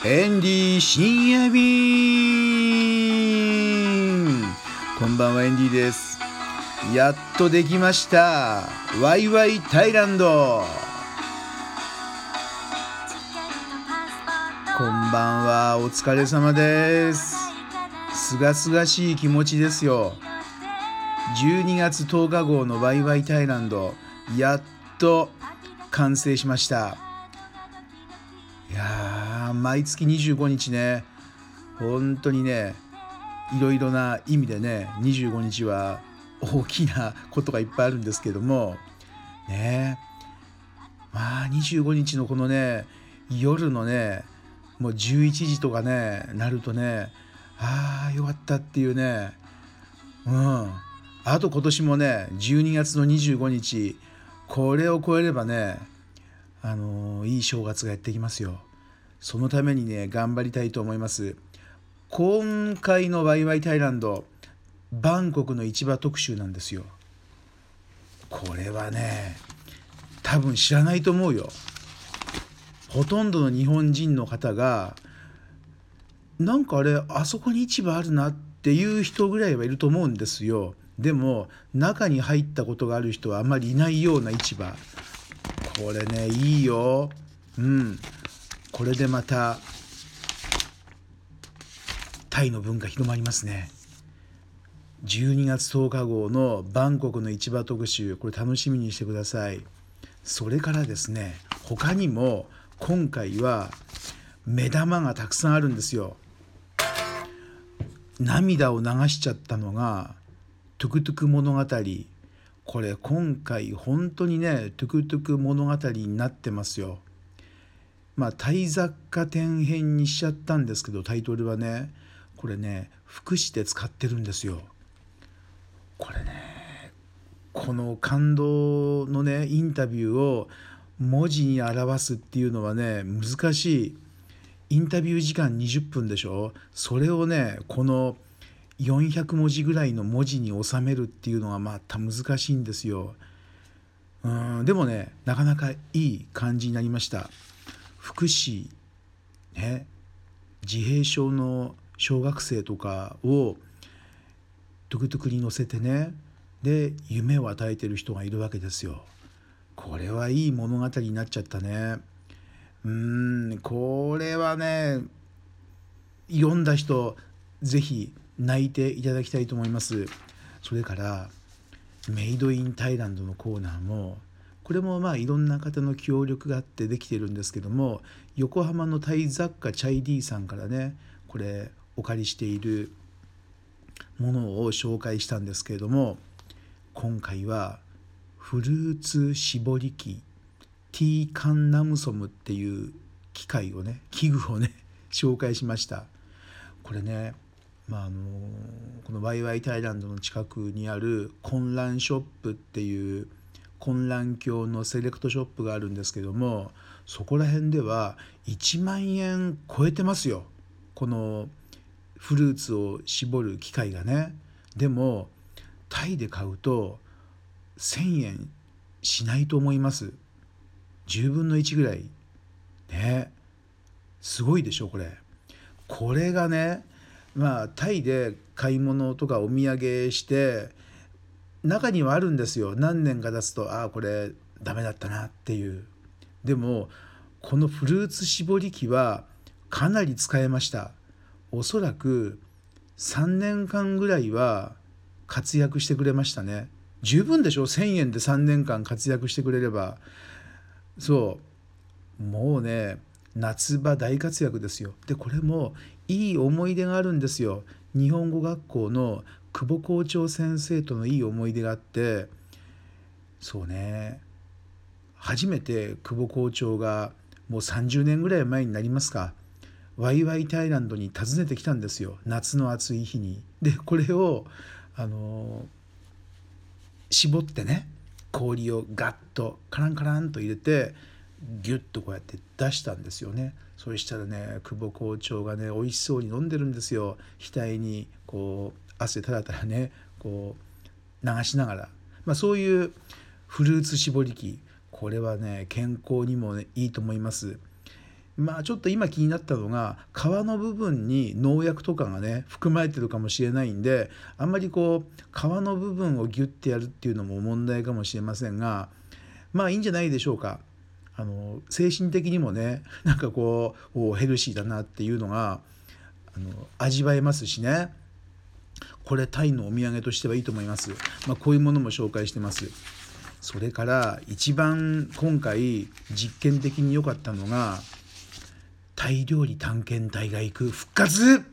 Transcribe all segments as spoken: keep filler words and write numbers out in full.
エンディ深夜便。こんばんは、エンディです。やっとできました、ワイワイタイランド。こんばんは、お疲れ様です。すがすがしい気持ちですよ。じゅうにがつとおか号のワイワイタイランド、やっと完成しました。いやー、毎月にじゅうごにちね、本当にね、いろいろな意味でね、にじゅうごにちは大きなことがいっぱいあるんですけどもね。まあにじゅうごにちのこのね、夜のね、もうじゅういちじとかねなるとね、ああよかったっていうね。うんあと今年もね、じゅうにがつのにじゅうごにち、これを超えればね、あのー、いい正月がやってきますよ。そのためにね、頑張りたいと思います。今回のワイワイタイランド、バンコクの市場特集なんですよ。これはね、多分知らないと思うよ。ほとんどの日本人の方が、なんかあれ、あそこに市場あるなっていう人ぐらいはいると思うんですよ。でも中に入ったことがある人はあんまりいないような市場。これね、いいよ。うん。これでまたタイの文化広まりますね。じゅうにがつとおか号のバンコクの市場特集、これ楽しみにしてください。それからですね、他にも今回は目玉がたくさんあるんですよ。涙を流しちゃったのがトゥクトゥク物語。これ今回本当にね、トゥクトゥク物語になってますよ。まあタイ雑貨店編にしちゃったんですけど、タイトルはね、これね、福祉で使ってるんですよ。これね、この感動のねインタビューを文字に表すっていうのはね、難しい。インタビュー時間にじゅっぷんでしょ。それをね、このよんひゃくもじぐらいの文字に収めるっていうのがまた難しいんですよ。うんでもね、なかなかいい感じになりました。福祉ね、自閉症の小学生とかをトゥクトゥクに乗せてね、で夢を与えてる人がいるわけですよ。これはいい物語になっちゃったね。うーんこれはね、読んだ人ぜひ泣いていただきたいと思います。それからメイドインタイランドのコーナーも、これもまあいろんな方の協力があってできてるんですけども、横浜のタイ雑貨チャイディさんからね、これお借りしているものを紹介したんですけれども、今回はフルーツ絞り機ティーカンナムソムっていう機械をね、器具をね紹介しました。これね、まああのこのワイワイタイランドの近くにある混乱ショップっていう混乱鏡のセレクトショップがあるんですけども、そこら辺ではいちまんえん超えてますよ、このフルーツを絞る機械がね。でもタイで買うとせんえんしないと思います。じゅうぶんのいちぐらいね。すごいでしょこれ。これがね、まあタイで買い物とかお土産して中にはあるんですよ。何年か経つと、ああこれダメだったなっていう。でもこのフルーツ絞り機はかなり使えました。おそらくさんねんかんぐらいは活躍してくれましたね。十分でしょ、せんえんでさんねんかん活躍してくれれば。そうもうね、夏場大活躍ですよ。でこれもいい思い出があるんですよ。日本語学校の久保校長先生とのいい思い出があって、そうね、初めて久保校長がもうさんじゅうねんぐらい前になりますか、ワイワイタイランドに訪ねてきたんですよ、夏の暑い日に。でこれをあの絞ってね、氷をガッとカランカランと入れてギュッとこうやって出したんですよね。そしたらね、久保校長がね美味しそうに飲んでるんですよ。額にこう汗たらたらねこう流しながら、まあ、そういうフルーツ絞り器、これはね健康にも、ね、いいと思います。 まあちょっと今気になったのが皮の部分に農薬とかがね含まれてるかもしれないんで、あんまりこう皮の部分をギュッてやるっていうのも問題かもしれませんが、まあいいんじゃないでしょうか。あの精神的にもねなんかこうおヘルシーだなっていうのがあの味わえますしね。これタイのお土産としてはいいと思います。まあ、こういうものも紹介してます。それから一番今回実験的に良かったのがタイ料理探検隊が行く復活。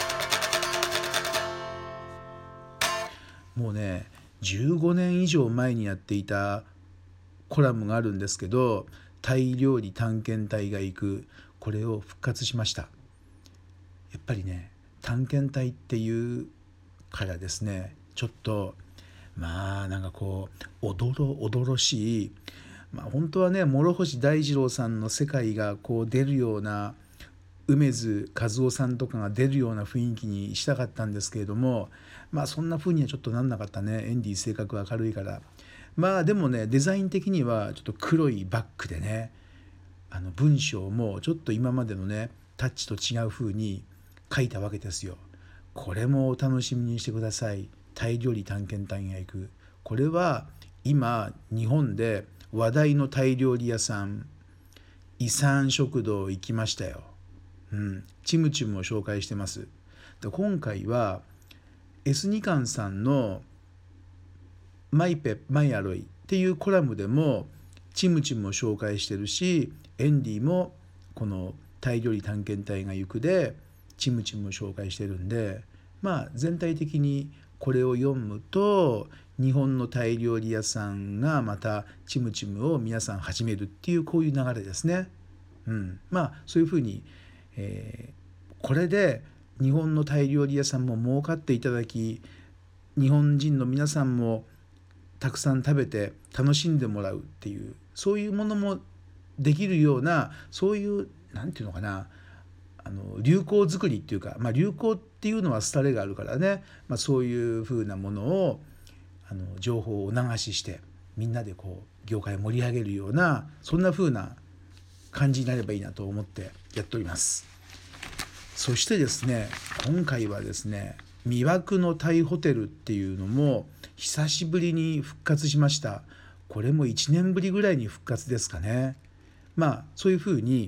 もうねじゅうごねん以上前にやっていたコラムがあるんですけど、タイ料理探検隊が行く、これを復活しました。やっぱりね探検隊っていうからですね、ちょっとまあなんかこうおどろおどろしい、まあ本当はね諸星大二郎さんの世界がこう出るような、梅津和夫さんとかが出るような雰囲気にしたかったんですけれども、まあそんな風にはちょっとなんなかったね。エンディ性格明るいから。まあでもねデザイン的にはちょっと黒いバックでね、あの文章もちょっと今までのねタッチと違う風に書いたわけですよ。これもお楽しみにしてください。タイ料理探検隊が行く。これは今日本で話題のタイ料理屋さん、イサーン食堂行きましたよ。うん、チムチムを紹介してます。で今回はエスニカンさんのマイペマイアロイっていうコラムでもチムチムを紹介してるし、エンディもこのタイ料理探検隊が行くでチムチムを紹介してるんで、まあ全体的にこれを読むと日本のタイ料理屋さんがまたチムチムを皆さん始めるっていう、こういう流れですね。うん、まあそういうふうに、えー、これで日本のタイ料理屋さんも儲かっていただき、日本人の皆さんもたくさん食べて楽しんでもらうっていう、そういうものもできるような、そういうなんていうのかな、あの流行作りっていうか、まあ、流行っていうのは廃れがあるからね、まあ、そういうふうなものをあの情報を促ししてみんなでこう業界を盛り上げるような、そんなふうな感じになればいいなと思ってやっております。そしてですね今回はですね魅惑のタイホテルっていうのも久しぶりに復活しました。これもいちねんぶりぐらいに復活ですかね。まあそういうふうに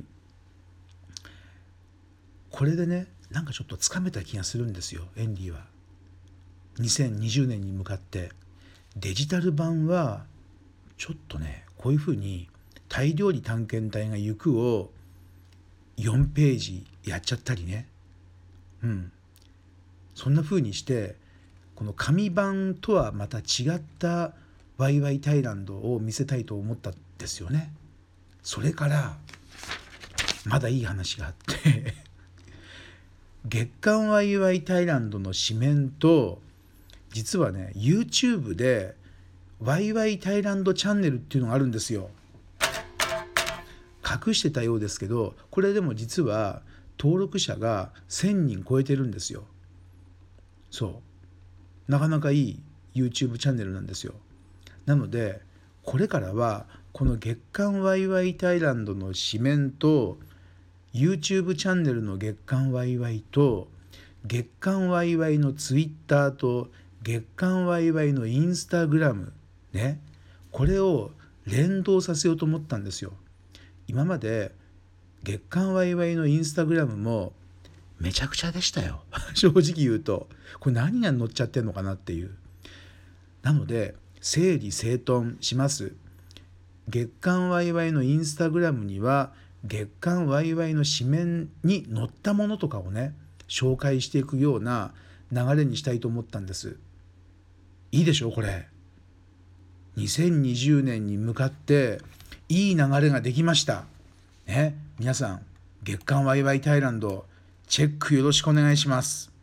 これでねなんかちょっとつかめた気がするんですよ、エンディは。にせんにじゅうねんに向かってデジタル版はちょっとねこういうふうにタイ料理探検隊が行くをよんページやっちゃったりね、うん、そんな風にしてこの紙版とはまた違ったワイワイタイランドを見せたいと思ったんですよね。それからまだいい話があって月刊ワイワイタイランドの紙面と、実はね YouTube でワイワイタイランドチャンネルっていうのがあるんですよ。隠してたようですけど、これでも実は登録者がせんにん超えてるんですよ。そうなかなかいい YouTube チャンネルなんですよ。なのでこれからはこの月刊ワイワイタイランドの紙面と YouTube チャンネルの月刊ワイワイと月刊ワイワイの Twitter と月刊ワイワイの Instagram ね、これを連動させようと思ったんですよ。今まで月刊ワイワイのインスタグラムもめちゃくちゃでしたよ正直言うと、これ何が載っちゃってんのかなっていう。なので整理整頓します。月刊ワイワイのインスタグラムには月刊ワイワイの紙面に載ったものとかをね紹介していくような流れにしたいと思ったんです。いいでしょこれ。にせんにじゅうねんに向かっていい流れができましたね。皆さん月刊ワイワイタイランドチェックよろしくお願いします。